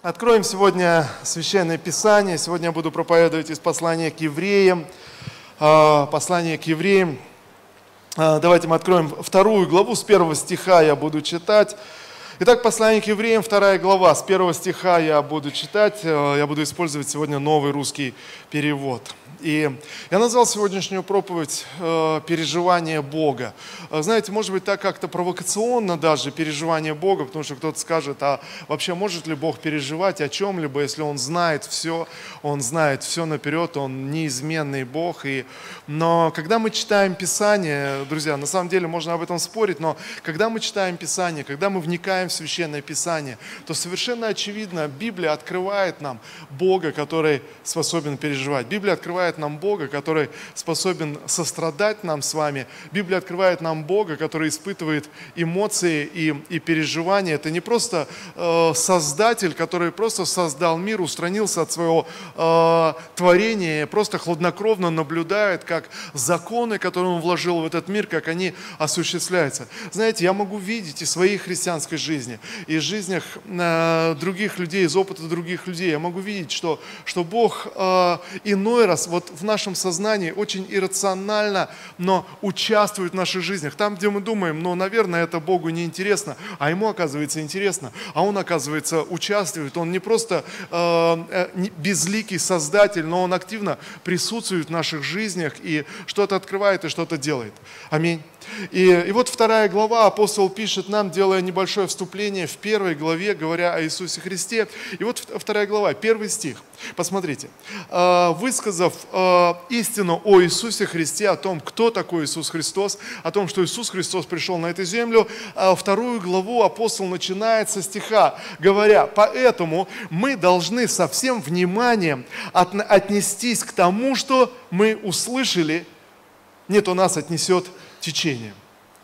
Откроем сегодня Священное Писание. Сегодня я буду проповедовать из послания к евреям. Послание к евреям. Давайте мы откроем 2 главу, с 1 стиха я буду читать. Итак, послание к евреям, 2 глава, с 1 стиха я буду читать. Я буду использовать сегодня новый русский перевод. И я назвал сегодняшнюю проповедь «Переживание Бога». Знаете, может быть, так как-то провокационно даже переживание Бога, потому что кто-то скажет, а вообще может ли Бог переживать о чем-либо, если Он знает все наперед, Он неизменный Бог. Но когда мы читаем Писание, друзья, на самом деле можно об этом спорить, но когда мы читаем Писание, когда мы вникаем в Священное Писание, то совершенно очевидно, Библия открывает нам Бога, который способен переживать. Библия открывает нам Бога, который способен сострадать нам с вами. Библия открывает нам Бога, который испытывает эмоции и переживания. Это не просто Создатель, который просто создал мир, устранился от своего творения, просто хладнокровно наблюдает, как законы, которые Он вложил в этот мир, как они осуществляются. Знаете, я могу видеть из своей христианской жизни, из жизнях других людей, из опыта других людей, я могу видеть, что Бог иной раз вот в нашем сознании очень иррационально, но участвует в наших жизнях. Там, где мы думаем, наверное, это Богу не интересно, а Ему, оказывается, интересно. А Он, оказывается, участвует. Он не просто безликий Создатель, но Он активно присутствует в наших жизнях и что-то открывает и что-то делает. Аминь. И вот 2 глава, апостол пишет нам, делая небольшое вступление в 1 главе, говоря о Иисусе Христе. И вот 2 глава, 1 стих. Посмотрите. Высказав истину о Иисусе Христе, о том, кто такой Иисус Христос, о том, что Иисус Христос пришел на эту землю, 2 главу апостол начинает со стиха, говоря: «Поэтому мы должны со всем вниманием отнестись к тому, что мы услышали, не то нас отнесет течением».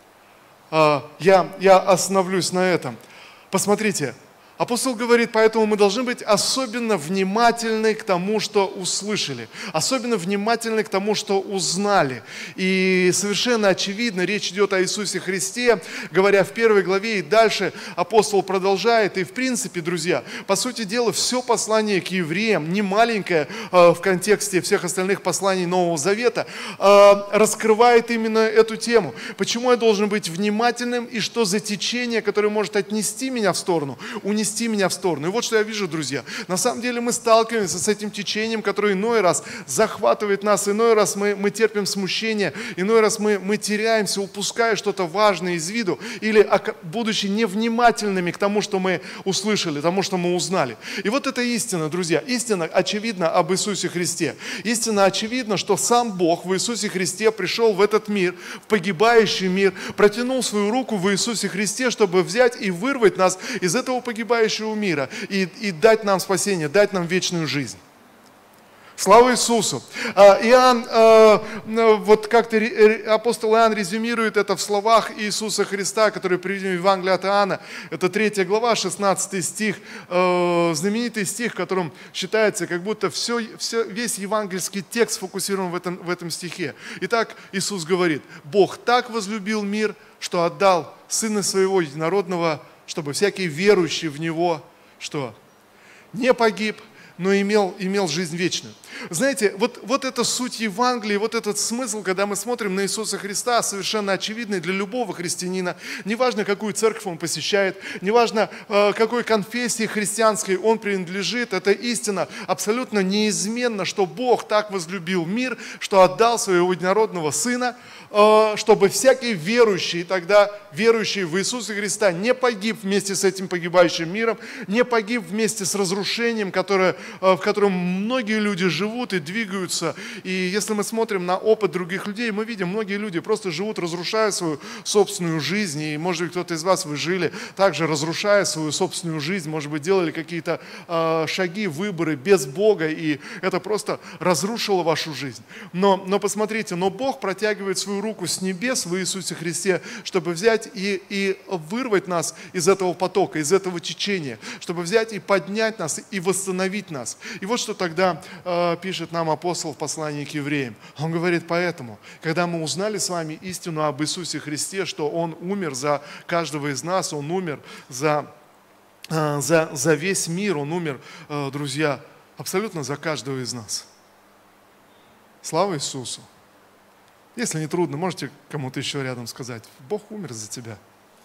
Я остановлюсь на этом. Посмотрите, апостол говорит, поэтому мы должны быть особенно внимательны к тому, что услышали, особенно внимательны к тому, что узнали. И совершенно очевидно, речь идет о Иисусе Христе, говоря в 1 главе, и дальше апостол продолжает. И в принципе, друзья, по сути дела, все послание к евреям, не маленькое в контексте всех остальных посланий Нового Завета, раскрывает именно эту тему. Почему я должен быть внимательным и что за течение, которое может отнести меня в сторону, унести меня в сторону. И вот что я вижу, друзья. На самом деле мы сталкиваемся с этим течением, которое иной раз захватывает нас, иной раз мы терпим смущение, иной раз мы теряемся, упуская что-то важное из виду, или будучи невнимательными к тому, что мы услышали, тому, что мы узнали. И вот это истина, друзья. Истина очевидна об Иисусе Христе. Истина очевидна, что сам Бог в Иисусе Христе пришел в этот мир, в погибающий мир, протянул свою руку в Иисусе Христе, чтобы взять и вырвать нас из этого погибающего мира и дать нам спасение, дать нам вечную жизнь. Слава Иисусу! Иоанн, вот как-то апостол Иоанн резюмирует это в словах Иисуса Христа, которые приведены в Евангелии от Иоанна. Это 3 глава, 16 стих, знаменитый стих, в котором считается, как будто весь евангельский текст сфокусирован в этом стихе. Итак, Иисус говорит: «Бог так возлюбил мир, что отдал Сына Своего Единородного, чтобы всякий верующий в Него, что не погиб, но имел жизнь вечную». Знаете, вот это суть Евангелия, вот этот смысл, когда мы смотрим на Иисуса Христа, совершенно очевидный для любого христианина. Неважно, какую церковь он посещает, неважно, какой конфессии христианской он принадлежит, это истина абсолютно неизменна, что Бог так возлюбил мир, что отдал Своего Единородного Сына, чтобы всякий верующий, тогда верующий в Иисуса Христа, не погиб вместе с этим погибающим миром, не погиб вместе с разрушением, в котором многие люди живут и двигаются. И если мы смотрим на опыт других людей, мы видим, многие люди просто живут, разрушая свою собственную жизнь. И, может быть, кто-то из вас, вы жили также, разрушая свою собственную жизнь, может быть, делали какие-то шаги, выборы без Бога, и это просто разрушило вашу жизнь. Но посмотрите, но Бог протягивает свою руку с небес в Иисусе Христе, чтобы взять и вырвать нас из этого потока, из этого течения, чтобы взять и поднять нас, и восстановить нас. И вот что тогда пишет нам апостол в послании к евреям. Он говорит: поэтому, когда мы узнали с вами истину об Иисусе Христе, что Он умер за каждого из нас, Он умер за за весь мир, Он умер, друзья, абсолютно за каждого из нас. Слава Иисусу! Если не трудно, можете кому-то еще рядом сказать: Бог умер за тебя.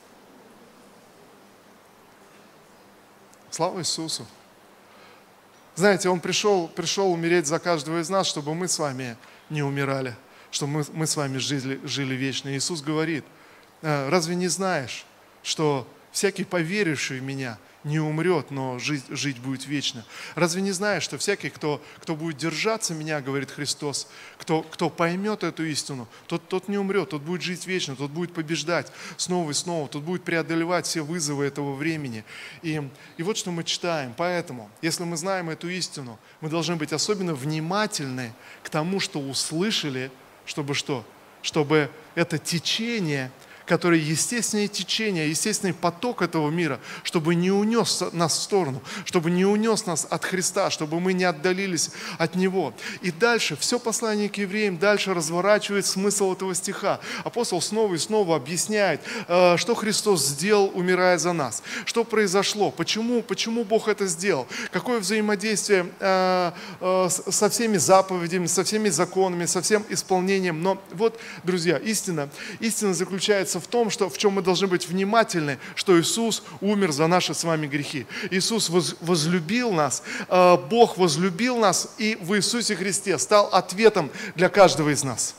Слава Иисусу! Знаете, Он пришел умереть за каждого из нас, чтобы мы с вами не умирали, чтобы мы с вами жили вечно. Иисус говорит: разве не знаешь, что всякий, поверивший в Меня, не умрет, но жить будет вечно? Разве не знаешь, что всякий, кто будет держаться Меня, говорит Христос, кто поймет эту истину, тот не умрет, тот будет жить вечно, тот будет побеждать снова и снова, тот будет преодолевать все вызовы этого времени. И вот что мы читаем. Поэтому, если мы знаем эту истину, мы должны быть особенно внимательны к тому, что услышали, чтобы что? Чтобы это течение, которое естественное течение, естественный поток этого мира, чтобы не унес нас в сторону, чтобы не унес нас от Христа, чтобы мы не отдалились от Него. И дальше, все послание к евреям дальше разворачивает смысл этого стиха. Апостол снова и снова объясняет, что Христос сделал, умирая за нас, что произошло, почему Бог это сделал, какое взаимодействие со всеми заповедями, со всеми законами, со всем исполнением. Но вот, друзья, истина заключается в том, в чем мы должны быть внимательны, что Иисус умер за наши с вами грехи. Иисус возлюбил нас, Бог возлюбил нас и в Иисусе Христе стал ответом для каждого из нас.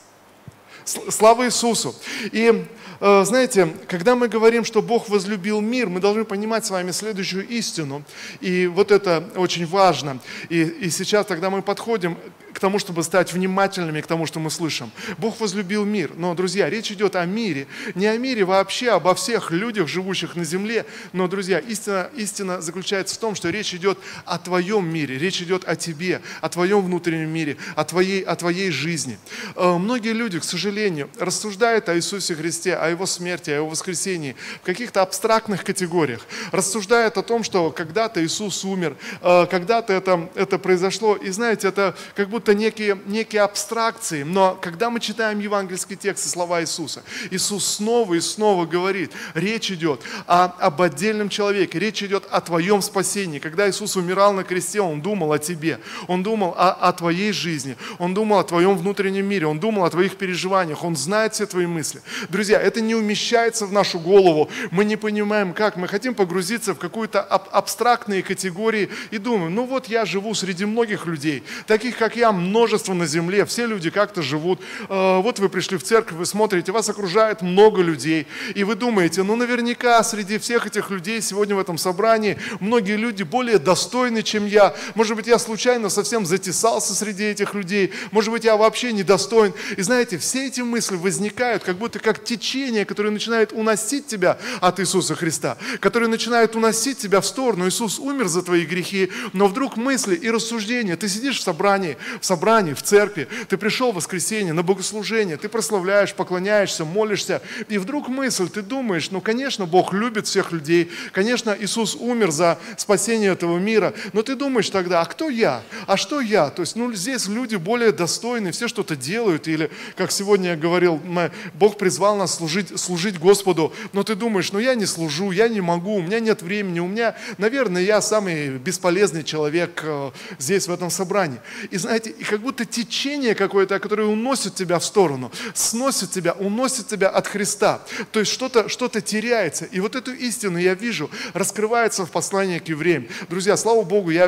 Слава Иисусу! И знаете, когда мы говорим, что Бог возлюбил мир, мы должны понимать с вами следующую истину. И вот это очень важно. И сейчас тогда мы подходим к тому, чтобы стать внимательными к тому, что мы слышим. Бог возлюбил мир. Но, друзья, речь идет о мире. Не о мире вообще, а обо всех людях, живущих на земле. Но, друзья, истина заключается в том, что речь идет о твоем мире. Речь идет о тебе, о твоем внутреннем мире, о твоей жизни. Многие люди, к сожалению, рассуждают о Иисусе Христе, о Его смерти, о Его воскресении в каких-то абстрактных категориях. Рассуждают о том, что когда-то Иисус умер, когда-то это произошло. И знаете, это как будто некие абстракции, но когда мы читаем евангельский текст и слова Иисуса, Иисус снова и снова говорит, речь идет об отдельном человеке, речь идет о твоем спасении. Когда Иисус умирал на кресте, Он думал о тебе, Он думал о твоей жизни, Он думал о твоем внутреннем мире, Он думал о твоих переживаниях, Он знает все твои мысли. Друзья, это не умещается в нашу голову, мы не понимаем как, мы хотим погрузиться в какую-то абстрактные категории и думаем, ну вот я живу среди многих людей, таких как я, множество на земле, все люди как-то живут. Вот вы пришли в церковь, вы смотрите, вас окружает много людей, и вы думаете, ну наверняка среди всех этих людей сегодня в этом собрании многие люди более достойны, чем я. Может быть, я случайно совсем затесался среди этих людей, может быть, я вообще недостоин. И знаете, все эти мысли возникают как будто как течение, которое начинает уносить тебя от Иисуса Христа, которое начинает уносить тебя в сторону. Иисус умер за твои грехи, но вдруг мысли и рассуждения, ты сидишь в собрании, в церкви, ты пришел в воскресенье на богослужение, ты прославляешь, поклоняешься, молишься, и вдруг мысль, ты думаешь, ну, конечно, Бог любит всех людей, конечно, Иисус умер за спасение этого мира, но ты думаешь тогда, а кто я? А что я? То есть, здесь люди более достойны, все что-то делают, или, как сегодня я говорил, Бог призвал нас служить Господу, но ты думаешь, я не служу, я не могу, у меня нет времени, у меня, наверное, я самый бесполезный человек здесь, в этом собрании. И знаете, и как будто течение какое-то, которое уносит тебя в сторону, сносит тебя, уносит тебя от Христа. То есть что-то теряется. И вот эту истину я вижу, раскрывается в послании к евреям. Друзья, слава Богу, я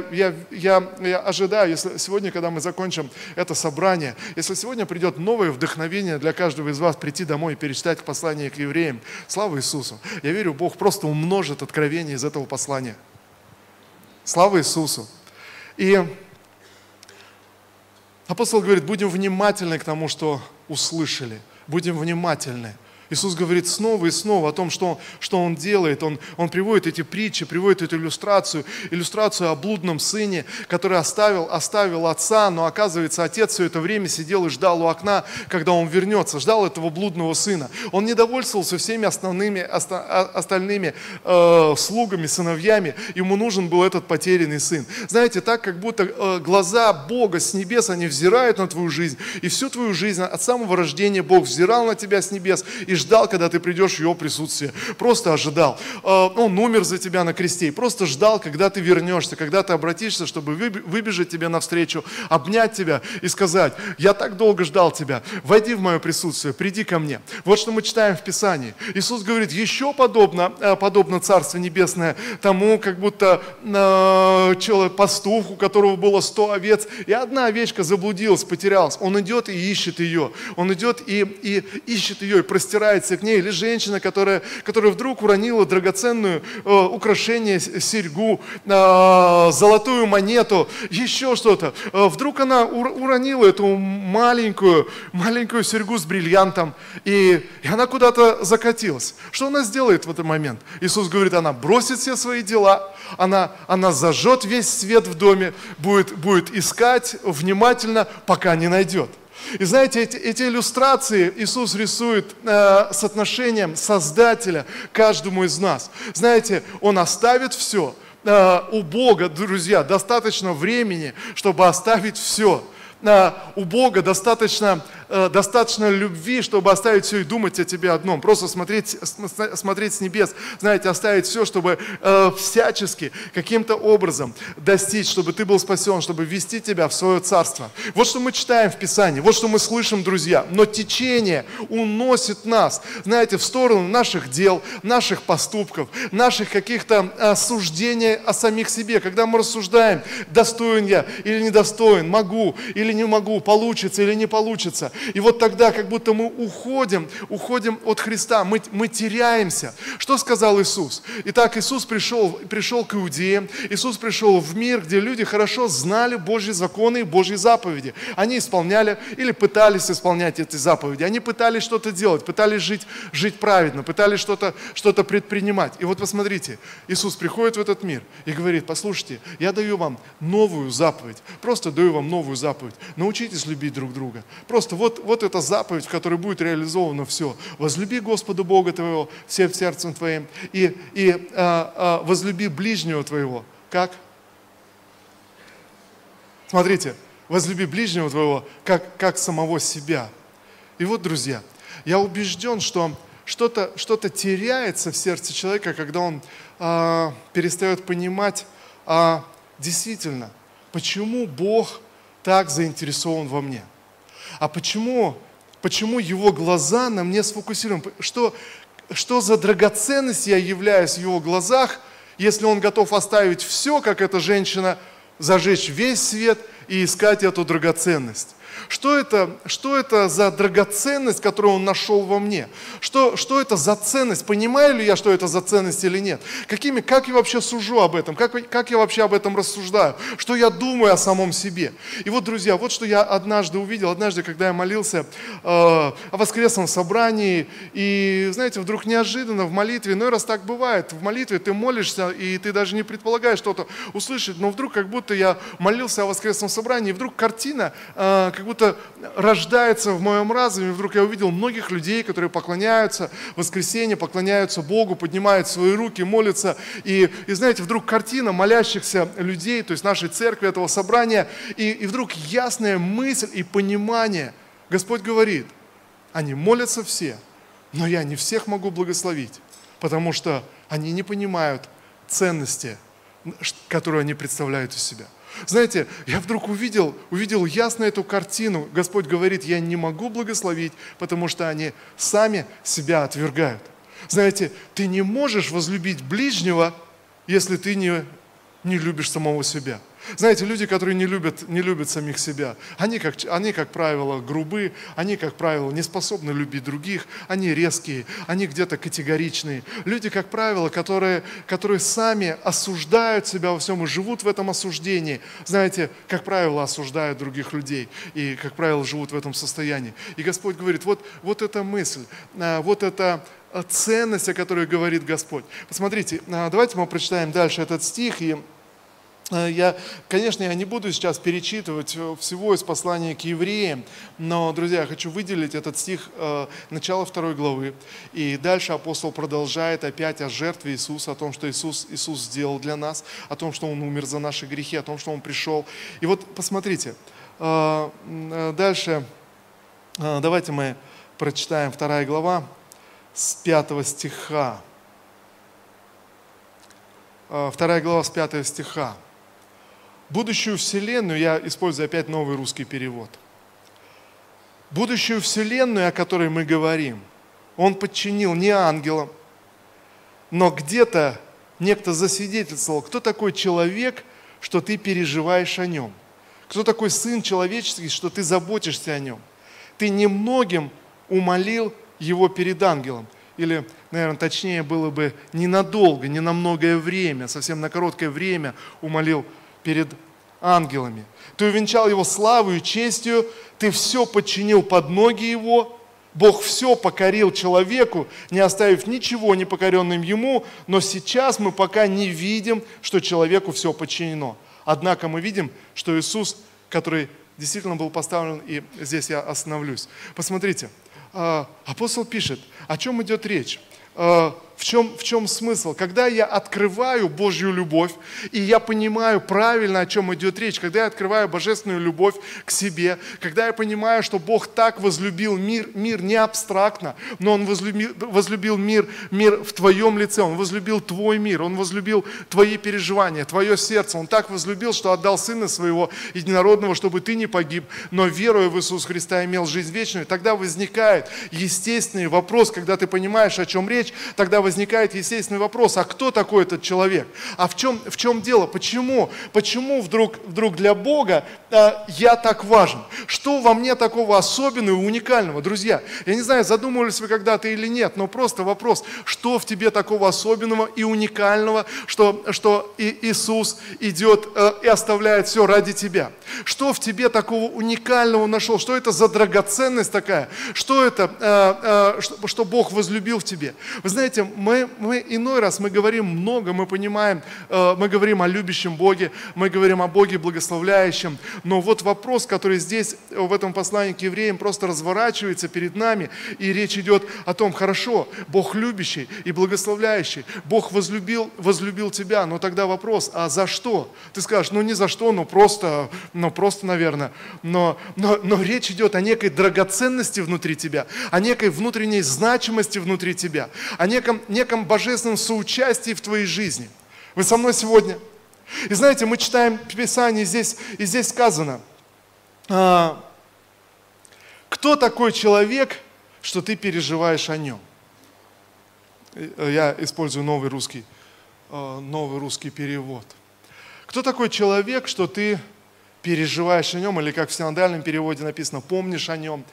ожидаю, если сегодня, когда мы закончим это собрание, если сегодня придет новое вдохновение для каждого из вас прийти домой и перечитать послание к евреям, слава Иисусу. Я верю, Бог просто умножит откровение из этого послания. Слава Иисусу. И апостол говорит, будем внимательны к тому, что услышали. Будем внимательны. Иисус говорит снова и снова о том, что Он делает. Он приводит эти притчи, приводит эту иллюстрацию о блудном сыне, который оставил отца, но оказывается, отец все это время сидел и ждал у окна, когда он вернется, ждал этого блудного сына. Он не довольствовался всеми остальными слугами, сыновьями, ему нужен был этот потерянный сын. Знаете, так как будто глаза Бога с небес, они взирают на твою жизнь, и всю твою жизнь от самого рождения Бог взирал на тебя с небес и ждал, когда ты придешь в Его присутствие. Просто ожидал. Он умер за тебя на кресте и просто ждал, когда ты вернешься, когда ты обратишься, чтобы выбежать тебе навстречу, обнять тебя и сказать: я так долго ждал тебя, войди в мое присутствие, приди ко мне. Вот что мы читаем в Писании. Иисус говорит, еще подобно Царство Небесное тому, как будто пастух, у которого было 100 овец, и одна овечка заблудилась, потерялась. Он идет и ищет ее. Он идет и ищет ее, и простирается к ней. Или женщина, которая вдруг уронила драгоценную украшение, серьгу, золотую монету, еще что-то. Вдруг она уронила эту маленькую серьгу с бриллиантом, и она куда-то закатилась. Что она сделает в этот момент? Иисус говорит, она бросит все свои дела, она зажжет весь свет в доме, будет искать внимательно, пока не найдет. И знаете, эти иллюстрации Иисус рисует с отношением Создателя к каждому из нас. Знаете, Он оставит все. У Бога, друзья, достаточно времени, чтобы оставить все. У Бога достаточно любви, чтобы оставить все и думать о тебе одном. Просто смотреть с небес, знаете, оставить все, чтобы всячески, каким-то образом достичь, чтобы ты был спасен, чтобы ввести тебя в свое царство. Вот что мы читаем в Писании, вот что мы слышим, друзья. Но течение уносит нас, знаете, в сторону наших дел, наших поступков, наших каких-то суждений о самих себе. Когда мы рассуждаем, достоин я или недостоин, могу или не могу, получится или не получится. И вот тогда, как будто мы уходим от Христа, мы теряемся. Что сказал Иисус? Итак, Иисус пришел к иудеям, Иисус пришел в мир, где люди хорошо знали Божьи законы и Божьи заповеди. Они исполняли или пытались исполнять эти заповеди. Они пытались что-то делать, пытались жить праведно, пытались что-то предпринимать. И вот посмотрите, Иисус приходит в этот мир и говорит: послушайте, я даю вам новую заповедь, просто даю вам новую заповедь. Научитесь любить друг друга. Просто вот эта заповедь, в которой будет реализовано все. Возлюби Господа Бога твоего всем сердцем твоим и возлюби ближнего твоего. Как? Смотрите, возлюби ближнего твоего, как самого себя. И вот, друзья, я убежден, что что-то теряется в сердце человека, когда он перестает понимать действительно, почему Бог так заинтересован во мне. А почему Его глаза на мне сфокусированы? Что за драгоценность я являюсь в Его глазах, если Он готов оставить все, как эта женщина, зажечь весь свет и искать эту драгоценность? Что это за драгоценность, которую Он нашел во мне? Что это за ценность? Понимаю ли я, что это за ценность или нет? Как я вообще сужу об этом? Как я вообще об этом рассуждаю? Что я думаю о самом себе? И вот, друзья, вот что я однажды увидел, когда я молился о воскресном собрании, и, знаете, вдруг неожиданно в молитве, иной раз так бывает, в молитве ты молишься, и ты даже не предполагаешь что-то услышать, но вдруг как будто я молился о воскресном собрании, и вдруг картина, как будто рождается в моем разуме. Вдруг я увидел многих людей, которые поклоняются в воскресенье, поклоняются Богу, поднимают свои руки, молятся. И знаете, вдруг картина молящихся людей, то есть нашей церкви, этого собрания, и вдруг ясная мысль и понимание. Господь говорит: они молятся все, но я не всех могу благословить, потому что они не понимают ценности, которую они представляют из себя. Знаете, я вдруг увидел ясно эту картину. Господь говорит: я не могу благословить, потому что они сами себя отвергают. Знаете, ты не можешь возлюбить ближнего, если ты не любишь самого себя. Знаете, люди, которые не любят самих себя, они, как правило, грубы, они, как правило, не способны любить других, они резкие, они где-то категоричные. Люди, как правило, которые сами осуждают себя во всем и живут в этом осуждении, знаете, как правило, осуждают других людей и, как правило, живут в этом состоянии. И Господь говорит: вот эта мысль, вот эта ценность, о которой говорит Господь. Посмотрите, давайте мы прочитаем дальше этот стих, и Конечно, я не буду сейчас перечитывать всего из послания к евреям, но, друзья, я хочу выделить этот стих, начало 2 главы. И дальше апостол продолжает опять о жертве Иисуса, о том, что Иисус сделал для нас, о том, что Он умер за наши грехи, о том, что Он пришел. И вот посмотрите, дальше давайте мы прочитаем 2 глава. с 5 стиха. 2 глава с 5 стиха. Будущую вселенную, я использую опять новый русский перевод. Будущую вселенную, о которой мы говорим, Он подчинил не ангелам, но где-то некто засвидетельствовал, кто такой человек, что ты переживаешь о нем. Кто такой Сын Человеческий, что ты заботишься о нем. Ты немногим умолил его перед ангелом. Или, наверное, точнее было бы ненадолго, не на многое время, совсем на короткое время умолил перед ангелами. Ты увенчал его славой и честью, ты все подчинил под ноги его. Бог все покорил человеку, не оставив ничего непокоренным ему, но сейчас мы пока не видим, что человеку все подчинено. Однако мы видим, что Иисус, который действительно был поставлен, и здесь я остановлюсь. Посмотрите, апостол пишет, о чем идет речь. В чем смысл? Когда я открываю Божью любовь, и я понимаю правильно, о чем идет речь, когда я открываю божественную любовь к себе, когда я понимаю, что Бог так возлюбил мир не абстрактно, но Он возлюбил мир в твоем лице, Он возлюбил твой мир, Он возлюбил твои переживания, твое сердце, Он так возлюбил, что отдал Сына Своего Единородного, чтобы ты не погиб, но веруя в Иисуса Христа имел жизнь вечную. Тогда возникает естественный вопрос, когда ты понимаешь, о чем речь, тогда возникает естественный вопрос, а кто такой этот человек? А в чем дело? Почему вдруг для Бога я так важен? Что во мне такого особенного и уникального? Друзья, я не знаю, задумывались вы когда-то или нет, но просто вопрос, что в тебе такого особенного и уникального, что Иисус идет и оставляет все ради тебя? Что в тебе такого уникального нашел? Что это за драгоценность такая? Что это, что Бог возлюбил в тебе? Вы знаете, мы иной раз мы говорим много, мы понимаем, мы говорим о любящем Боге, мы говорим о Боге благословляющем, но вот вопрос, который здесь в этом послании к евреям просто разворачивается перед нами, и речь идет о том, хорошо, Бог любящий и благословляющий, Бог возлюбил тебя, но тогда вопрос, а за что? Ты скажешь, не за что, просто, наверное, но речь идет о некой драгоценности внутри тебя, о некой внутренней значимости внутри тебя, о неком божественном соучастии в твоей жизни. Вы со мной сегодня? И знаете, мы читаем Писание, и здесь сказано, кто такой человек, что ты переживаешь о нем? Я использую новый русский перевод. Кто такой человек, что ты переживаешь о нем, или как в синодальном переводе написано, помнишь о нем?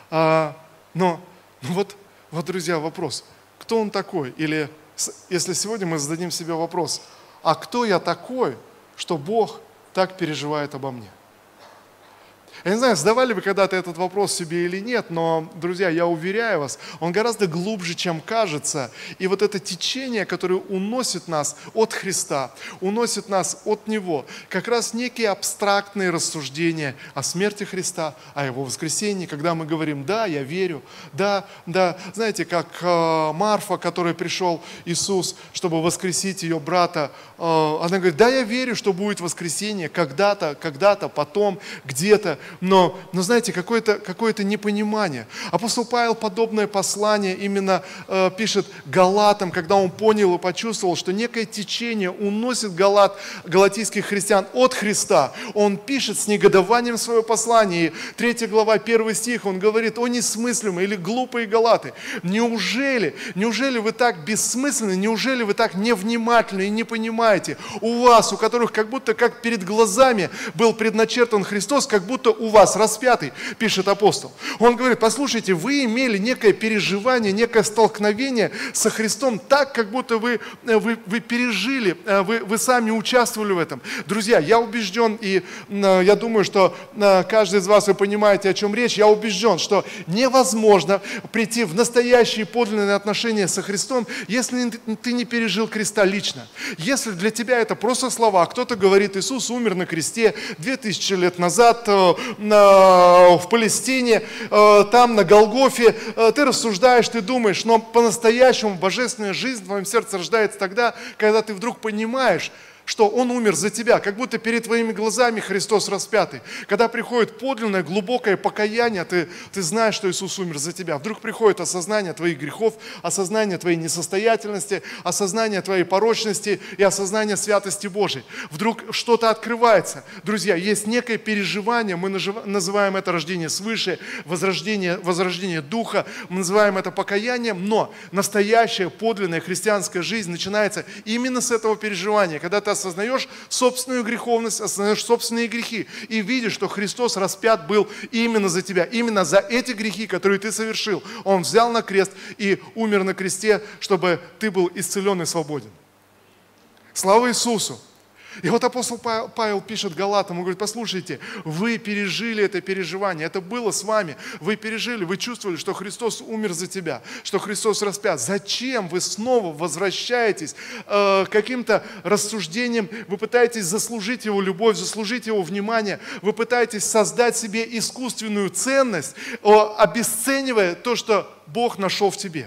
Вот, друзья, вопрос. Кто он такой? Или если сегодня мы зададим себе вопрос, а кто я такой, что Бог так переживает обо мне? Я не знаю, задавали вы когда-то этот вопрос себе или нет, но, друзья, я уверяю вас, он гораздо глубже, чем кажется. И вот это течение, которое уносит нас от Христа, уносит нас от Него, как раз некие абстрактные рассуждения о смерти Христа, о Его воскресении, когда мы говорим, да, я верю, да, знаете, как Марфа, к которой пришел Иисус, чтобы воскресить ее брата, она говорит, да, я верю, что будет воскресение когда-то, потом, где-то, но знаете, какое-то непонимание. Апостол Павел подобное послание именно пишет Галатам, когда он понял и почувствовал, что некое течение уносит галатийских христиан от Христа. Он пишет с негодованием свое послание. И 3 глава, 1 стих, он говорит, о несмыслимые или глупые галаты, неужели вы так бессмысленны, неужели вы так невнимательны и не понимаете? У вас, у которых как будто как перед глазами был предначертан Христос, как будто у вас распятый, пишет апостол. Он говорит, послушайте, вы имели некое переживание, некое столкновение со Христом так, как будто вы пережили, вы сами участвовали в этом. Друзья, я убежден, и я думаю, что каждый из вас, вы понимаете, о чем речь, я убежден, что невозможно прийти в настоящие подлинные отношения со Христом, если ты не пережил креста лично. Если для тебя это просто слова, кто-то говорит, Иисус умер на кресте 2000 лет назад, в Палестине, там на Голгофе, ты рассуждаешь, ты думаешь, но по-настоящему божественная жизнь в твоем сердце рождается тогда, когда ты вдруг понимаешь, что Он умер за тебя, как будто перед твоими глазами Христос распятый. Когда приходит подлинное, глубокое покаяние, ты знаешь, что Иисус умер за тебя. Вдруг приходит осознание твоих грехов, осознание твоей несостоятельности, осознание твоей порочности и осознание святости Божией. Вдруг что-то открывается. Друзья, есть некое переживание, мы называем это рождение свыше, возрождение духа, мы называем это покаянием, но настоящая подлинная христианская жизнь начинается именно с этого переживания, когда ты осознаешь собственную греховность, осознаешь собственные грехи и видишь, что Христос распят был именно за тебя, именно за эти грехи, которые ты совершил. Он взял на крест и умер на кресте, чтобы ты был исцелен и свободен. Слава Иисусу! И вот апостол Павел пишет Галатам, он говорит: послушайте, вы пережили это переживание, это было с вами, вы пережили, вы чувствовали, что Христос умер за тебя, что Христос распят. Зачем вы снова возвращаетесь к каким-то рассуждениям, вы пытаетесь заслужить Его любовь, заслужить Его внимание, вы пытаетесь создать себе искусственную ценность, обесценивая то, что Бог нашел в тебе.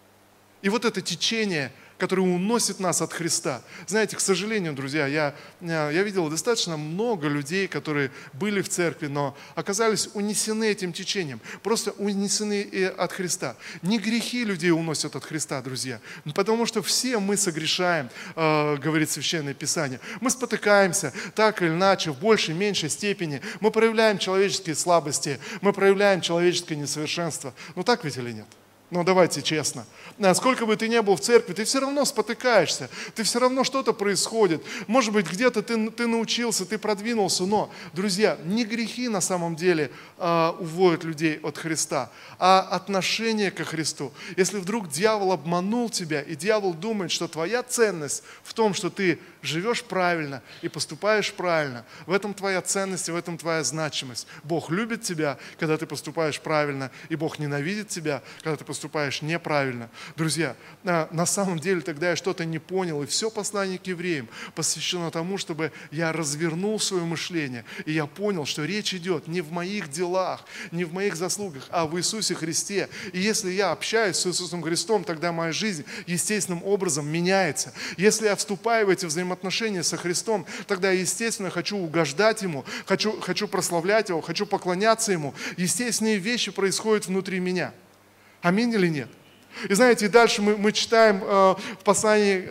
И вот это течение, который уносит нас от Христа. Знаете, к сожалению, друзья, я видел достаточно много людей, которые были в церкви, но оказались унесены этим течением, просто унесены и от Христа. Не грехи людей уносят от Христа, друзья, потому что все мы согрешаем, говорит Священное Писание. Мы спотыкаемся так или иначе, в большей, меньшей степени. Мы проявляем человеческие слабости, мы проявляем человеческое несовершенство. Ну так ведь или нет? Ну, давайте честно. Сколько бы ты ни был в церкви, ты все равно спотыкаешься, ты все равно что-то происходит. Может быть, где-то ты научился, ты продвинулся, но, друзья, не грехи на самом деле уводят людей от Христа, а отношение ко Христу. Если вдруг дьявол обманул тебя, и дьявол думает, что твоя ценность в том, что ты живешь правильно и поступаешь правильно, в этом твоя ценность и в этом твоя значимость. Бог любит тебя, когда ты поступаешь правильно, и Бог ненавидит тебя, когда ты поступаешь неправильно. Друзья, на самом деле тогда я что-то не понял, и все послание к евреям посвящено тому, чтобы я развернул свое мышление, и я понял, что речь идет не в моих делах, не в моих заслугах, а в Иисусе Христе. И если я общаюсь с Иисусом Христом, тогда моя жизнь естественным образом меняется. Если я вступаю в эти взаимоотношения со Христом, тогда я, естественно, хочу угождать Ему, хочу прославлять Его, хочу поклоняться Ему. Естественные вещи происходят внутри меня. Аминь или нет? И знаете, дальше мы читаем в послании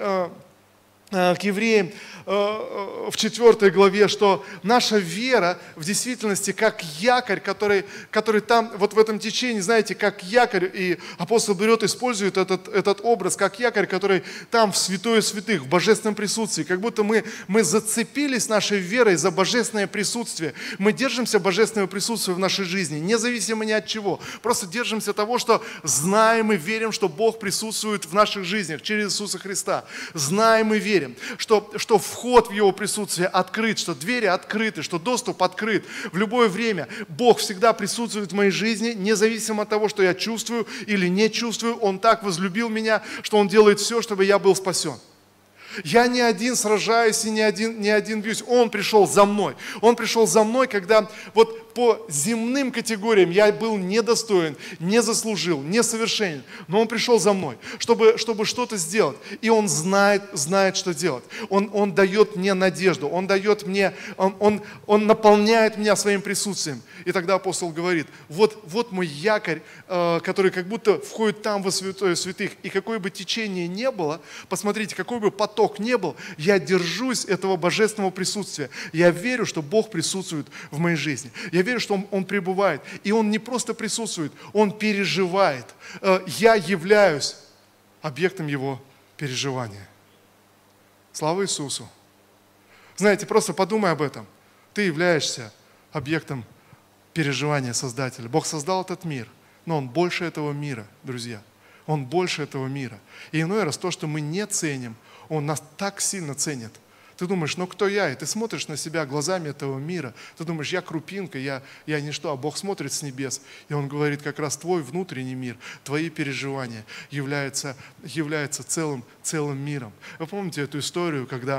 к евреям в 4 главе, что наша вера в действительности как якорь, который там, вот в этом течении, знаете, как якорь, и апостол берет, использует этот образ, как якорь, который там в святое святых, в божественном присутствии, как будто мы зацепились нашей верой за божественное присутствие. Мы держимся божественного присутствия в нашей жизни, независимо ни от чего. Просто держимся того, что знаем и верим, что Бог присутствует в наших жизнях через Иисуса Христа. Знаем и верим, что вход в Его присутствие открыт, что двери открыты, что доступ открыт. В любое время Бог всегда присутствует в моей жизни, независимо от того, что я чувствую или не чувствую. Он так возлюбил меня, что Он делает все, чтобы я был спасен. Я не один сражаюсь и не один бьюсь. Он пришел за мной. Он пришел за мной, когда вот по земным категориям я был недостоин, не заслужил, несовершенен. Но Он пришел за мной, чтобы что-то сделать. И Он знает, что делать. Он дает мне надежду. Он дает мне, он наполняет меня своим присутствием. И тогда апостол говорит: вот мой якорь, который как будто входит там во святое святых. И какое бы течение ни было, посмотрите, какой бы поток ни был, я держусь этого божественного присутствия. Я верю, что Бог присутствует в моей жизни. Я верю, что Он пребывает. И Он не просто присутствует, Он переживает. Я являюсь объектом Его переживания. Слава Иисусу! Знаете, просто подумай об этом. Ты являешься объектом переживания Создателя. Бог создал этот мир, но Он больше этого мира, друзья. Он больше этого мира. И иной раз то, что мы не ценим, Он нас так сильно ценит. Ты думаешь, ну кто я? И ты смотришь на себя глазами этого мира. Ты думаешь, я крупинка, я ничто. А Бог смотрит с небес. И Он говорит, как раз твой внутренний мир, твои переживания являются целым миром. Вы помните эту историю, когда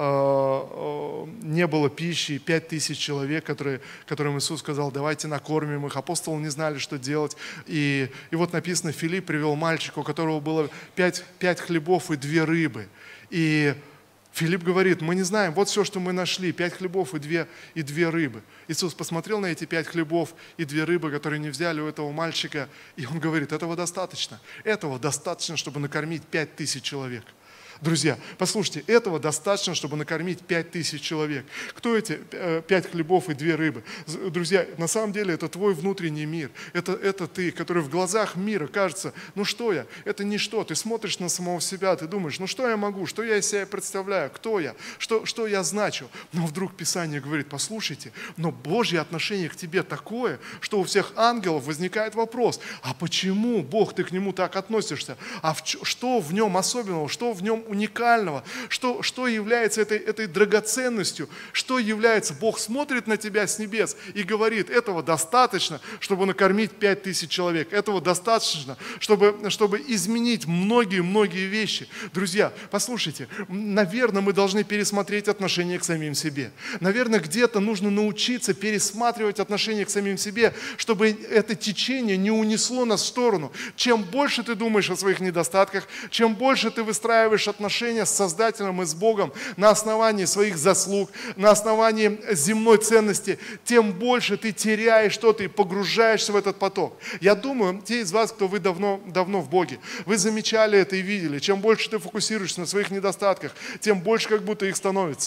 не было пищи, 5000 человек, которым Иисус сказал, давайте накормим их. Апостолы не знали, что делать. И вот написано, Филипп привел мальчика, у которого было 5 хлебов и 2 рыбы. И Филипп говорит, мы не знаем, вот все, что мы нашли, 5 хлебов и две рыбы. Иисус посмотрел на эти 5 хлебов и 2 рыбы, которые не взяли у этого мальчика, и он говорит, этого достаточно, чтобы накормить 5000 человек. Друзья, послушайте, этого достаточно, чтобы накормить 5000 человек. Кто эти 5 хлебов и 2 рыбы? Друзья, на самом деле это твой внутренний мир. Это ты, который в глазах мира кажется, ну что я? Это ничто. Ты смотришь на самого себя, ты думаешь, ну что я могу? Что я из себя представляю? Кто я? Что я значу? Но вдруг Писание говорит, послушайте, но Божье отношение к тебе такое, что у всех ангелов возникает вопрос, а почему, Бог, ты к нему так относишься? Что в нем особенного? Что в нем уникального, что является этой драгоценностью, что является, Бог смотрит на тебя с небес и говорит, этого достаточно, чтобы накормить 5000 человек, этого достаточно, чтобы изменить многие вещи. Друзья, послушайте, наверное, мы должны пересмотреть отношение к самим себе. Наверное, где-то нужно научиться пересматривать отношение к самим себе, чтобы это течение не унесло нас в сторону. Чем больше ты думаешь о своих недостатках, чем больше ты выстраиваешь отношения с Создателем и с Богом на основании своих заслуг, на основании земной ценности, тем больше ты теряешь что-то и погружаешься в этот поток. Я думаю, те из вас, кто вы давно в Боге, вы замечали это и видели. Чем больше ты фокусируешься на своих недостатках, тем больше как будто их становится.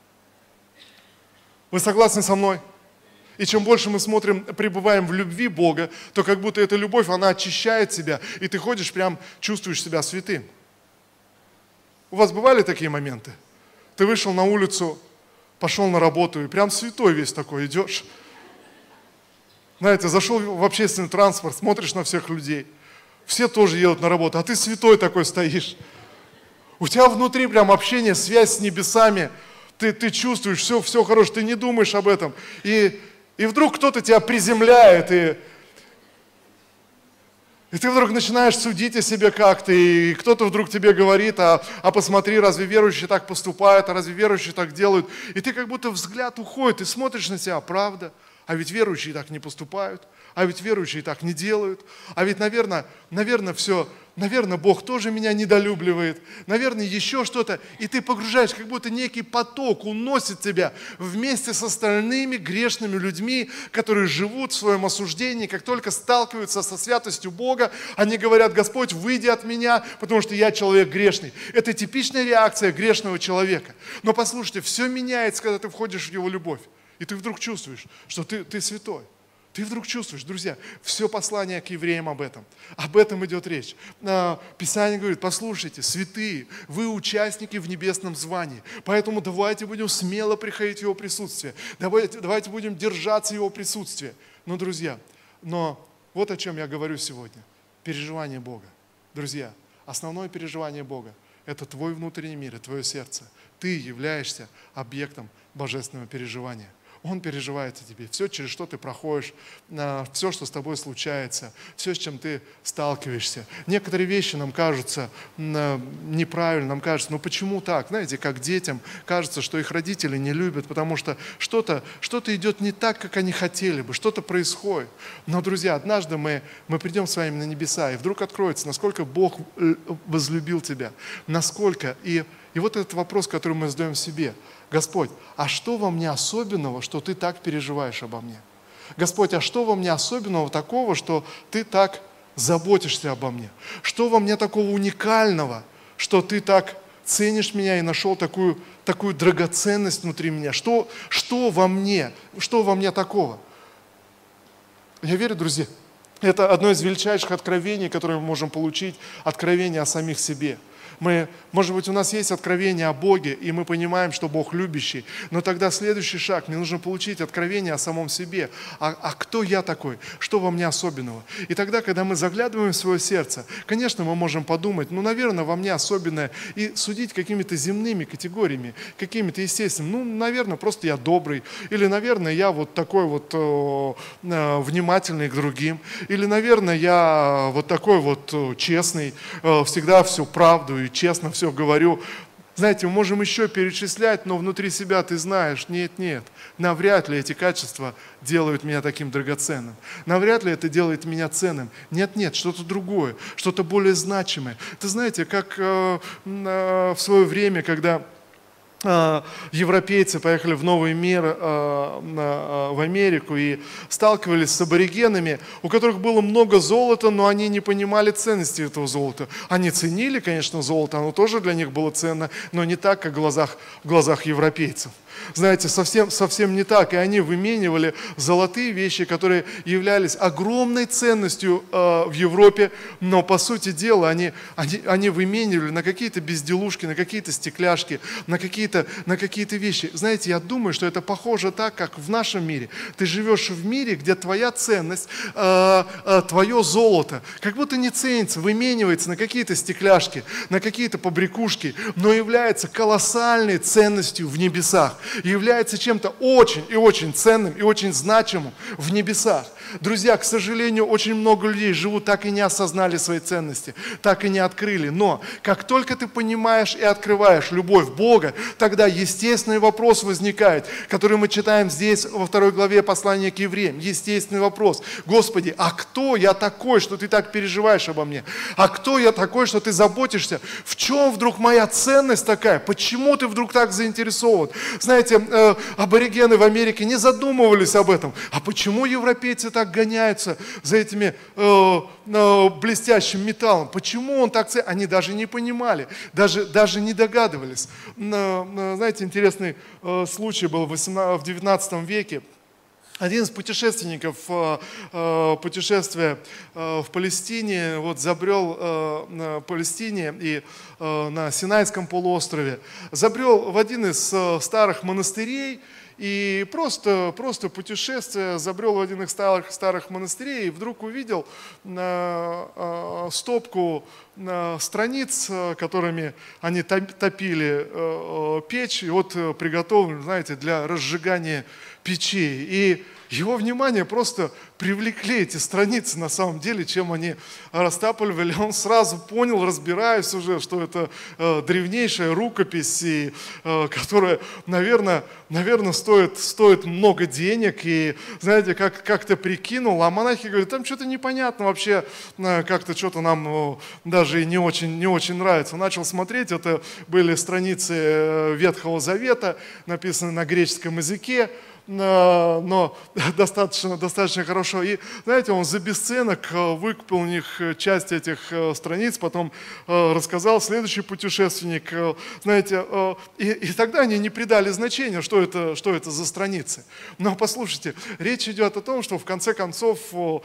Вы согласны со мной? И чем больше мы пребываем в любви Бога, то как будто эта любовь, она очищает тебя, и ты ходишь, прям чувствуешь себя святым. У вас бывали такие моменты? Ты вышел на улицу, пошел на работу, и прям святой весь такой идешь. Знаете, зашел в общественный транспорт, смотришь на всех людей. Все тоже едут на работу, а ты святой такой стоишь. У тебя внутри прям общение, связь с небесами. Ты чувствуешь, все хорошо, ты не думаешь об этом. И вдруг кто-то тебя приземляет, и ты вдруг начинаешь судить о себе как-то, и кто-то вдруг тебе говорит, а посмотри, разве верующие так поступают, а разве верующие так делают? И ты как будто взгляд уходит, ты смотришь на себя, правда? А ведь верующие так не поступают, а ведь верующие так не делают, а ведь, наверное, Бог тоже меня недолюбливает, наверное, еще что-то. И ты погружаешь, как будто некий поток уносит тебя вместе с остальными грешными людьми, которые живут в своем осуждении, как только сталкиваются со святостью Бога, они говорят, Господь, выйди от меня, потому что я человек грешный. Это типичная реакция грешного человека. Но послушайте, все меняется, когда ты входишь в Его любовь. И ты вдруг чувствуешь, что ты святой. Ты вдруг чувствуешь, друзья, все послание к евреям об этом. Об этом идет речь. Писание говорит, послушайте, святые, вы участники в небесном звании. Поэтому давайте будем смело приходить в Его присутствие. Давайте будем держаться Его присутствия. Но, друзья, вот о чем я говорю сегодня. Переживание Бога. Друзья, основное переживание Бога – это твой внутренний мир и твое сердце. Ты являешься объектом божественного переживания. Он переживает о тебе. Все, через что ты проходишь, все, что с тобой случается, все, с чем ты сталкиваешься. Некоторые вещи нам кажутся неправильно, нам кажется, ну почему так? Знаете, как детям кажется, что их родители не любят, потому что что-то идет не так, как они хотели бы, что-то происходит. Но, друзья, однажды мы придем с вами на небеса, и вдруг откроется, насколько Бог возлюбил тебя, насколько. И вот этот вопрос, который мы задаем себе. Господь, а что во мне особенного, что ты так переживаешь обо мне? Господь, а что во мне особенного такого, что ты так заботишься обо мне? Что во мне такого уникального, что ты так ценишь меня и нашел такую драгоценность внутри меня? Что во мне такого? Я верю, друзья, это одно из величайших откровений, которые мы можем получить, откровение о самих себе. Может быть, у нас есть откровение о Боге, и мы понимаем, что Бог любящий, но тогда следующий шаг, мне нужно получить откровение о самом себе. А кто я такой? Что во мне особенного? И тогда, когда мы заглядываем в свое сердце, конечно, мы можем подумать, наверное, во мне особенное, и судить какими-то земными категориями, какими-то естественными. Наверное, просто я добрый, или, наверное, я вот такой вот внимательный к другим, или, наверное, я вот такой вот честный, всегда всю правду и честно все говорю. Знаете, мы можем еще перечислять, но внутри себя ты знаешь, нет, навряд ли эти качества делают меня таким драгоценным. Навряд ли это делает меня ценным. Нет, что-то другое, что-то более значимое. Ты знаете, как в свое время, когда европейцы поехали в новый мир, в Америку, и сталкивались с аборигенами, у которых было много золота, но они не понимали ценности этого золота. Они ценили, конечно, золото, оно тоже для них было ценно, но не так, как в глазах европейцев. Знаете, совсем не так. И они выменивали золотые вещи, которые являлись огромной ценностью в Европе, но, по сути дела, они выменивали на какие-то безделушки, на какие-то стекляшки, на какие-то вещи. Знаете, я думаю, что это похоже так, как в нашем мире. Ты живешь в мире, где твоя ценность, твое золото, как будто не ценится, выменивается на какие-то стекляшки, на какие-то побрякушки, но является колоссальной ценностью в небесах. И является чем-то очень и очень ценным и очень значимым в небесах. Друзья, к сожалению, очень много людей живут, так и не осознали свои ценности, так и не открыли. Но как только ты понимаешь и открываешь любовь Бога, тогда естественный вопрос возникает, который мы читаем здесь во 2 главе послания к евреям. Естественный вопрос. Господи, а кто я такой, что ты так переживаешь обо мне? А кто я такой, что ты заботишься? В чем вдруг моя ценность такая? Почему ты вдруг так заинтересован? Знаете, аборигены в Америке не задумывались об этом. А почему европейцы так гоняются за этими блестящим металлом? Почему он так ценен? Они даже не понимали, даже не догадывались. Знаете, интересный случай был в 19 веке. Один из путешественников, путешествия в Палестине, забрел в Палестине и на Синайском полуострове, забрел в один из старых монастырей, и просто путешествие, забрел в один из старых монастырей и вдруг увидел стопку страниц, которыми они топили печь, и приготовлены, знаете, для разжигания печей. И его внимание просто привлекли эти страницы на самом деле, чем они растапливали. Он сразу понял, разбираясь уже, что это древнейшая рукопись, и, которая, наверное, стоит много денег. И, знаете, как-то прикинул, а монахи говорят, там что-то непонятно вообще, как-то что-то нам даже и не очень нравится. Он начал смотреть, это были страницы Ветхого Завета, написанные на греческом языке, но достаточно хорошо. И, знаете, он за бесценок выкупил у них часть этих страниц, потом рассказал следующий путешественник. Знаете, и тогда они не придали значения, что это за страницы. Но послушайте, речь идет о том, что в конце концов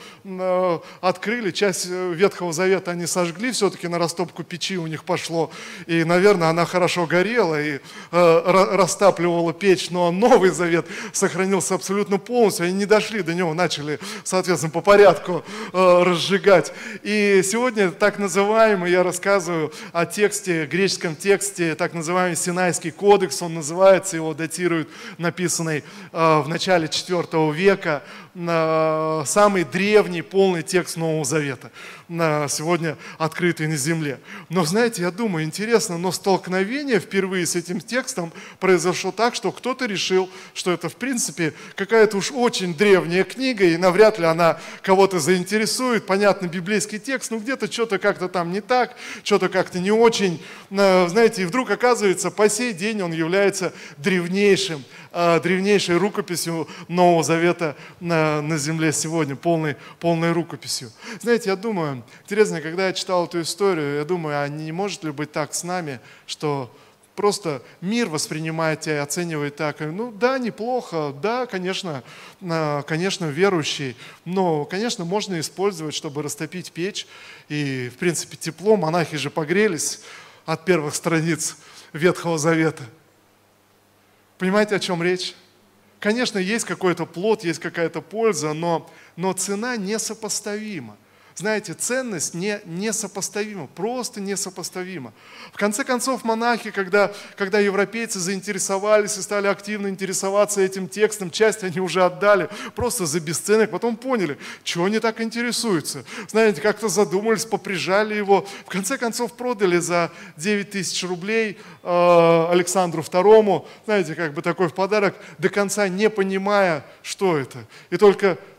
открыли часть Ветхого Завета, они сожгли, все-таки на растопку печи у них пошло, и, наверное, она хорошо горела и растапливала печь, но Новый Завет сохранился абсолютно полностью, они не дошли до него, начали, соответственно, по порядку разжигать. И сегодня так называемый, я рассказываю о тексте, греческом тексте, так называемый Синайский кодекс, он называется, его датируют, написанный в начале IV века, самый древний полный текст Нового Завета, сегодня открытый на земле. Но знаете, я думаю, интересно, но столкновение впервые с этим текстом произошло так, что кто-то решил, что это в принципе какая-то уж очень древняя книга, и навряд ли она кого-то заинтересует. Понятно, библейский текст, но где-то что-то как-то там не так, что-то как-то не очень, знаете, и вдруг оказывается, по сей день он является древнейшей рукописью Нового Завета на земле сегодня, полной рукописью. Знаете, я думаю, интересно, когда я читал эту историю, я думаю, а не может ли быть так с нами, что просто мир воспринимает тебя и оценивает так, ну да, неплохо, да, конечно, верующий, но, конечно, можно использовать, чтобы растопить печь, и, в принципе, тепло, монахи же погрелись от первых страниц Ветхого Завета. Понимаете, о чем речь? Конечно, есть какой-то плод, есть какая-то польза, но цена несопоставима. Знаете, ценность несопоставима, просто несопоставима. В конце концов, монахи, когда европейцы заинтересовались и стали активно интересоваться этим текстом, часть они уже отдали просто за бесценок, потом поняли, чего они так интересуются. Знаете, как-то задумались, поприжали его. В конце концов, продали за 9000 рублей Александру II, знаете, как бы такой в подарок, до конца не понимая, что это. И только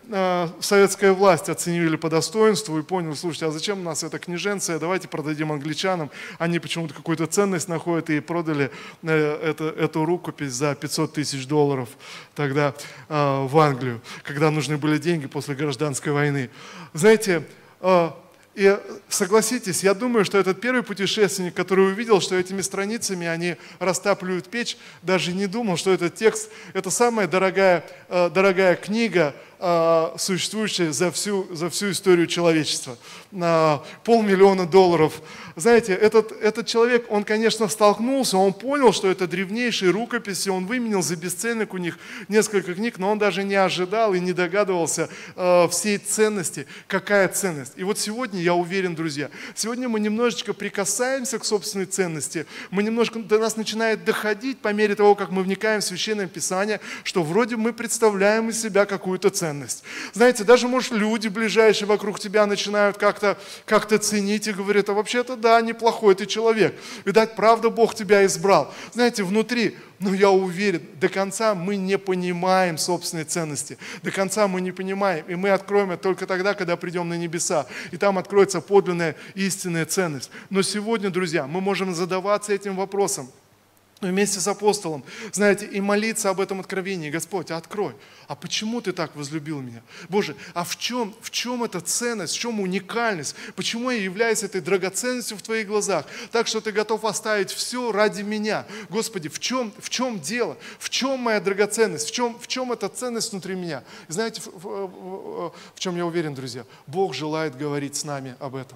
советская власть оценили по достоинству и поняли, слушайте, а зачем у нас эта книженция, давайте продадим англичанам. Они почему-то какую-то ценность находят и продали эту рукопись за $500 тысяч тогда в Англию, когда нужны были деньги после гражданской войны. Знаете, и согласитесь, я думаю, что этот первый путешественник, который увидел, что этими страницами они растапливают печь, даже не думал, что этот текст – это самая дорогая книга, существующая за всю историю человечества. $500 000. Знаете, этот человек, он, конечно, столкнулся, он понял, что это древнейшие рукописи, он выменил за бесценок у них несколько книг, но он даже не ожидал и не догадывался всей ценности, какая ценность. И вот сегодня, я уверен, друзья, сегодня мы немножечко прикасаемся к собственной ценности, мы немножко, до нас начинает доходить по мере того, как мы вникаем в Священное Писание, что вроде мы представляем из себя какую-то ценность. Знаете, даже, может, люди ближайшие вокруг тебя начинают как-то ценить и говорят, а вообще-то да, неплохой ты человек. Видать, правда, Бог тебя избрал. Знаете, внутри, я уверен, до конца мы не понимаем собственной ценности. До конца мы не понимаем. И мы откроем это только тогда, когда придем на небеса. И там откроется подлинная истинная ценность. Но сегодня, друзья, мы можем задаваться этим вопросом вместе с апостолом, знаете, и молиться об этом откровении. Господь, открой. А почему ты так возлюбил меня? Боже, а в чем эта ценность, в чем уникальность? Почему я являюсь этой драгоценностью в твоих глазах? Так что ты готов оставить все ради меня. Господи, в чем дело? В чем моя драгоценность? В чем эта ценность внутри меня? И знаете, в чем я уверен, друзья? Бог желает говорить с нами об этом.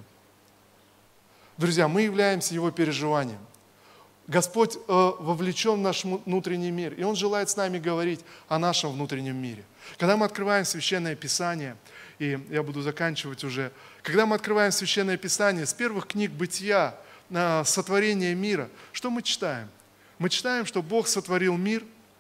Друзья, мы являемся Его переживанием. Господь вовлечен в наш внутренний мир, и Он желает с нами говорить о нашем внутреннем мире. Когда мы открываем Священное Писание, и я буду заканчивать уже, когда мы открываем Священное Писание с первых книг Бытия, сотворения мира, что мы читаем? Мы читаем, что Бог сотворил мир,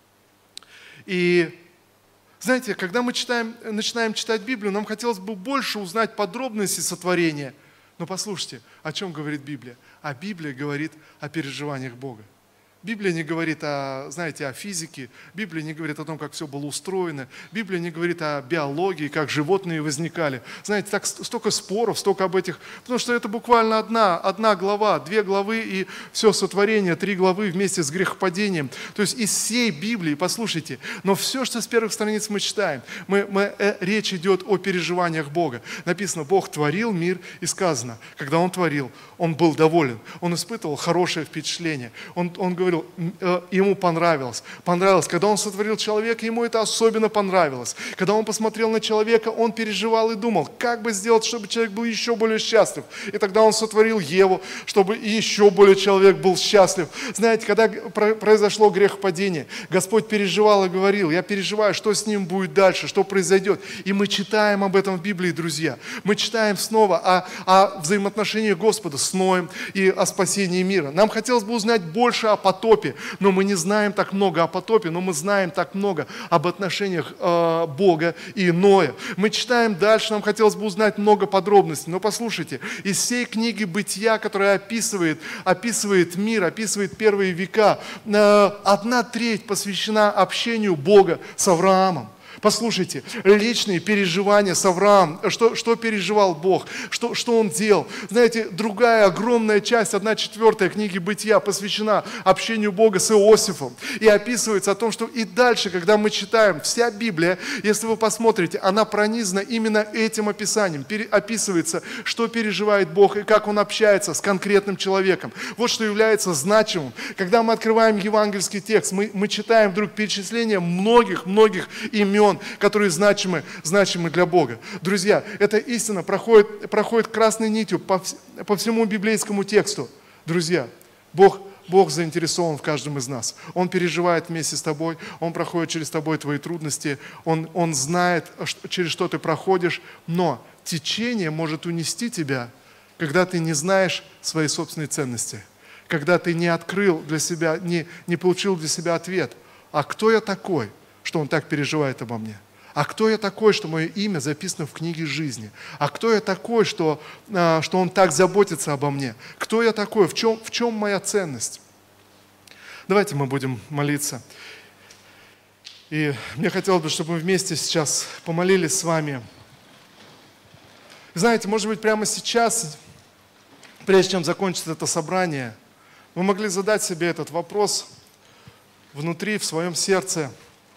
и знаете, когда мы начинаем читать Библию, нам хотелось бы больше узнать подробности сотворения. Но послушайте, о чем говорит Библия? А Библия говорит о переживаниях Бога. Библия не говорит о физике, Библия не говорит о том, как все было устроено, Библия не говорит о биологии, как животные возникали. Знаете, так столько споров, столько об этих, потому что это буквально одна глава, 2 главы и все сотворение, 3 главы вместе с грехопадением. То есть из всей Библии, послушайте, но все, что с первых страниц мы читаем, речь идет о переживаниях Бога. Написано, Бог творил мир, и сказано, когда Он творил, Он был доволен, Он испытывал хорошее впечатление, Он говорил, ему понравилось. Когда он сотворил человека, ему это особенно понравилось. Когда он посмотрел на человека, он переживал и думал, как бы сделать, чтобы человек был еще более счастлив. И тогда он сотворил Еву, чтобы еще более человек был счастлив. Знаете, когда произошло грехопадение, Господь переживал и говорил, я переживаю, что с ним будет дальше, что произойдет. И мы читаем об этом в Библии, друзья. Мы читаем снова о взаимоотношении Господа с Ноем и о спасении мира. Нам хотелось бы узнать больше о потопе, но мы не знаем так много о потопе, но мы знаем так много об отношениях Бога и Ноя. Мы читаем дальше, нам хотелось бы узнать много подробностей, но послушайте, из всей книги Бытия, которая описывает мир, описывает первые века, 1/3 посвящена общению Бога с Авраамом. Послушайте, личные переживания с Авраамом, что переживал Бог, что Он делал. Знаете, другая огромная часть, 1/4 книги Бытия посвящена общению Бога с Иосифом. И описывается о том, что и дальше, когда мы читаем, вся Библия, если вы посмотрите, она пронизана именно этим описанием. Описывается, что переживает Бог и как Он общается с конкретным человеком. Вот что является значимым. Когда мы открываем евангельский текст, мы читаем вдруг перечисление многих имен, которые значимы для Бога. Друзья, эта истина проходит красной нитью по всему библейскому тексту. Друзья, Бог заинтересован в каждом из нас. Он переживает вместе с тобой, Он проходит через тобой твои трудности, Он знает, через что ты проходишь, но течение может унести тебя, когда ты не знаешь своей собственной ценности, когда ты не открыл для себя, не получил для себя ответ. А кто я такой, что Он так переживает обо мне? А кто я такой, что мое имя записано в книге жизни? А кто я такой, что Он так заботится обо мне? Кто я такой? В чем моя ценность? Давайте мы будем молиться. И мне хотелось бы, чтобы мы вместе сейчас помолились с вами. Знаете, может быть, прямо сейчас, прежде чем закончится это собрание, вы могли задать себе этот вопрос внутри, в своем сердце.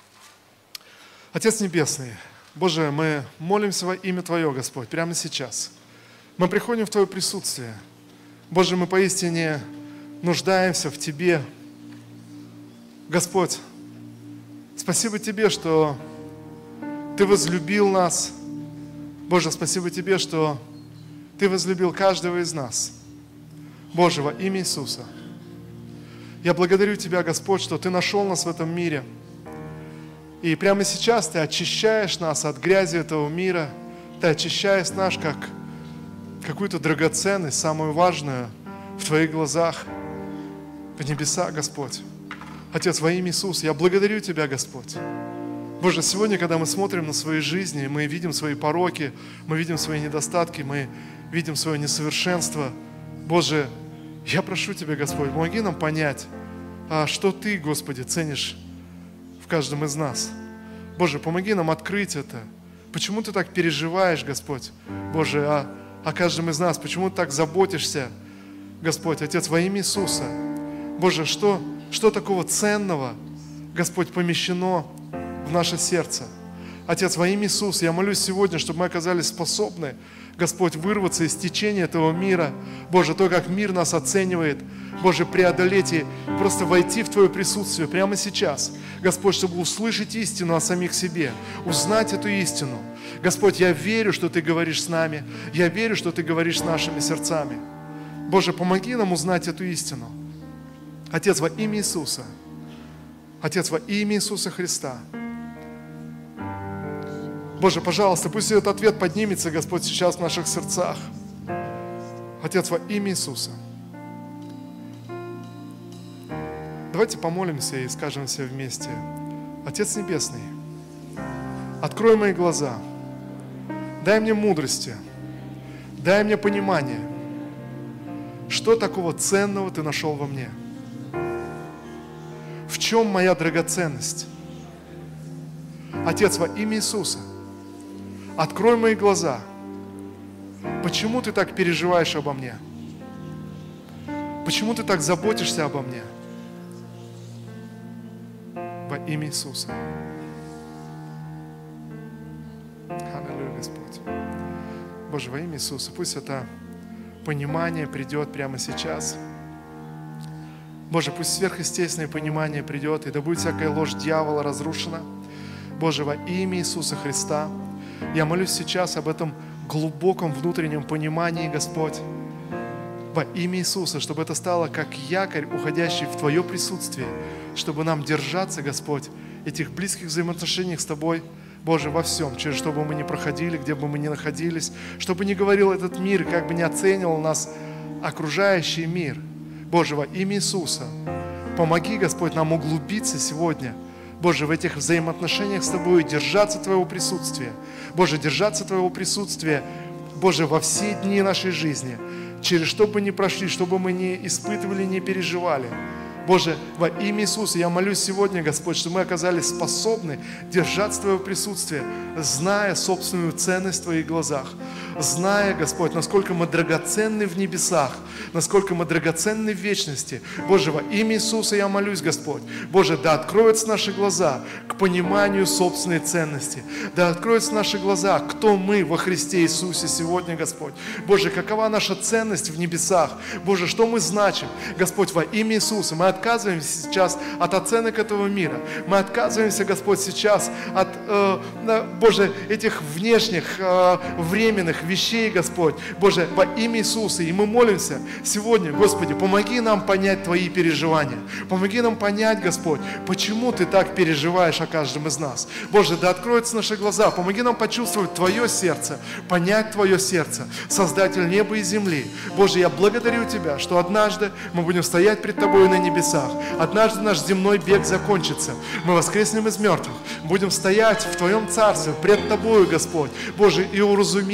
Отец Небесный, Боже, мы молимся во имя Твое, Господь, прямо сейчас. Мы приходим в Твое присутствие. Боже, мы поистине нуждаемся в Тебе. Господь, спасибо Тебе, что Ты возлюбил нас. Боже, спасибо Тебе, что Ты возлюбил каждого из нас. Боже, во имя Иисуса. Я благодарю Тебя, Господь, что Ты нашел нас в этом мире. И прямо сейчас Ты очищаешь нас от грязи этого мира. Ты очищаешь нас как какую-то драгоценность, самую важную в Твоих глазах, в небесах, Господь. Отец, во имя Иисуса, я благодарю Тебя, Господь. Боже, сегодня, когда мы смотрим на свои жизни, мы видим свои пороки, мы видим свои недостатки, мы видим свое несовершенство. Боже, я прошу Тебя, Господь, помоги нам понять, что Ты, Господи, ценишь в каждом из нас. Боже, помоги нам открыть это. Почему Ты так переживаешь, Господь, Боже, о каждом из нас? Почему Ты так заботишься, Господь, Отец, во имя Иисуса? Боже, что такого ценного, Господь, помещено в наше сердце? Отец, во имя Иисуса, я молюсь сегодня, чтобы мы оказались способны, Господь, вырваться из течения этого мира. Боже, то, как мир нас оценивает, Боже, преодолеть и просто войти в Твое присутствие прямо сейчас. Господь, чтобы услышать истину о самих себе, узнать эту истину. Господь, я верю, что Ты говоришь с нами. Я верю, что Ты говоришь с нашими сердцами. Боже, помоги нам узнать эту истину. Отец, во имя Иисуса. Отец, во имя Иисуса Христа. Боже, пожалуйста, пусть этот ответ поднимется, Господь, сейчас в наших сердцах. Отец, во имя Иисуса. Давайте помолимся и скажем все вместе. Отец Небесный, открой мои глаза, дай мне мудрости, дай мне понимание, что такого ценного Ты нашел во мне. В чем моя драгоценность? Отец, во имя Иисуса, открой мои глаза. Почему Ты так переживаешь обо мне? Почему Ты так заботишься обо мне? Во имя Иисуса. Аллилуйя, Господь. Боже, во имя Иисуса, пусть это понимание придет прямо сейчас. Боже, пусть сверхъестественное понимание придет, и да будет всякая ложь дьявола разрушена. Боже, во имя Иисуса Христа, я молюсь сейчас об этом глубоком внутреннем понимании, Господь, во имя Иисуса, чтобы это стало как якорь, уходящий в Твое присутствие, чтобы нам держаться, Господь, этих близких взаимоотношений с Тобой, Боже, во всем, через что бы мы ни проходили, где бы мы ни находились, чтобы не говорил этот мир, как бы не оценивал нас окружающий мир. Боже, во имя Иисуса, помоги, Господь, нам углубиться сегодня, Боже, в этих взаимоотношениях с Тобой, держаться Твоего присутствия. Боже, держаться Твоего присутствия, Боже, во все дни нашей жизни, через что бы ни прошли, что бы мы ни испытывали, ни переживали. Боже, во имя Иисуса я молюсь сегодня, Господь, чтобы мы оказались способны держаться Твоего присутствия, зная собственную ценность в Твоих глазах, зная, Господь, насколько мы драгоценны в небесах, насколько мы драгоценны в вечности. Боже, во имя Иисуса я молюсь, Господь. Боже, да откроются наши глаза к пониманию собственной ценности. Да откроются наши глаза, кто мы во Христе Иисусе сегодня, Господь. Боже, какова наша ценность в небесах. Боже, что мы значим. Господь, во имя Иисуса мы отказываемся сейчас от оценок этого мира. Мы отказываемся, Господь, сейчас от, Боже, этих внешних, временных вещей, Господь. Боже, во имя Иисуса. И мы молимся сегодня, Господи, помоги нам понять Твои переживания. Помоги нам понять, Господь, почему Ты так переживаешь о каждом из нас. Боже, да откроются наши глаза. Помоги нам почувствовать Твое сердце, понять Твое сердце, Создатель неба и земли. Боже, я благодарю Тебя, что однажды мы будем стоять пред Тобой на небесах. Однажды наш земной бег закончится. Мы воскреснем из мертвых. Будем стоять в Твоем Царстве пред Тобою, Господь. Боже, и уразумеем,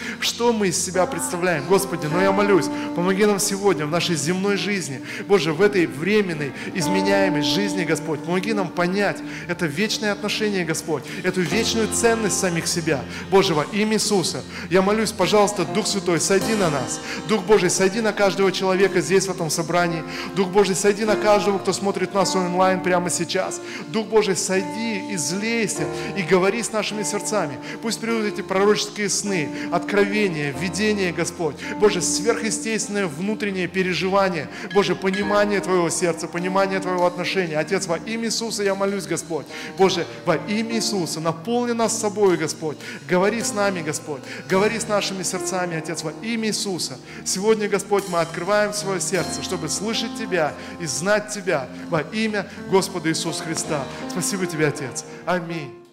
что мы из себя представляем. Господи, но я молюсь, помоги нам сегодня в нашей земной жизни, Боже, в этой временной, изменяемой жизни, Господь, помоги нам понять это вечное отношение, Господь, эту вечную ценность самих себя. Боже, во имя Иисуса, я молюсь, пожалуйста, Дух Святой, сойди на нас. Дух Божий, сойди на каждого человека здесь, в этом собрании. Дух Божий, сойди на каждого, кто смотрит нас онлайн прямо сейчас. Дух Божий, сойди, излейся и говори с нашими сердцами. Пусть придут эти пророческие сны, откровения, видения, Господь. Боже, сверхъестественное внутреннее переживание. Боже, понимание Твоего сердца, понимание Твоего отношения. Отец, во имя Иисуса я молюсь, Господь. Боже, во имя Иисуса наполни нас собой, Господь. Говори с нами, Господь. Говори с нашими сердцами, Отец, во имя Иисуса. Сегодня, Господь, мы открываем свое сердце, чтобы слышать Тебя и знать Тебя во имя Господа Иисуса Христа. Спасибо Тебе, Отец. Аминь.